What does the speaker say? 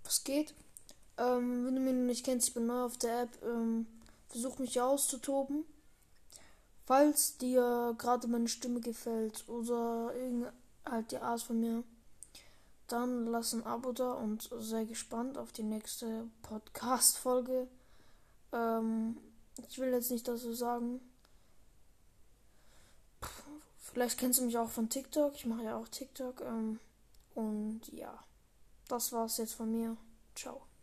Was geht? Wenn du mich noch nicht kennst, ich bin neu auf der App. Versuch mich auszutoben. Falls dir gerade meine Stimme gefällt oder irgend halt die Art von mir, dann lass ein Abo da und sei gespannt auf die nächste Podcast-Folge. Ähm, Ich will jetzt nicht dazu sagen. Vielleicht kennst du mich auch von TikTok. Ich mache ja auch TikTok. Und ja, das war's jetzt von mir. Ciao.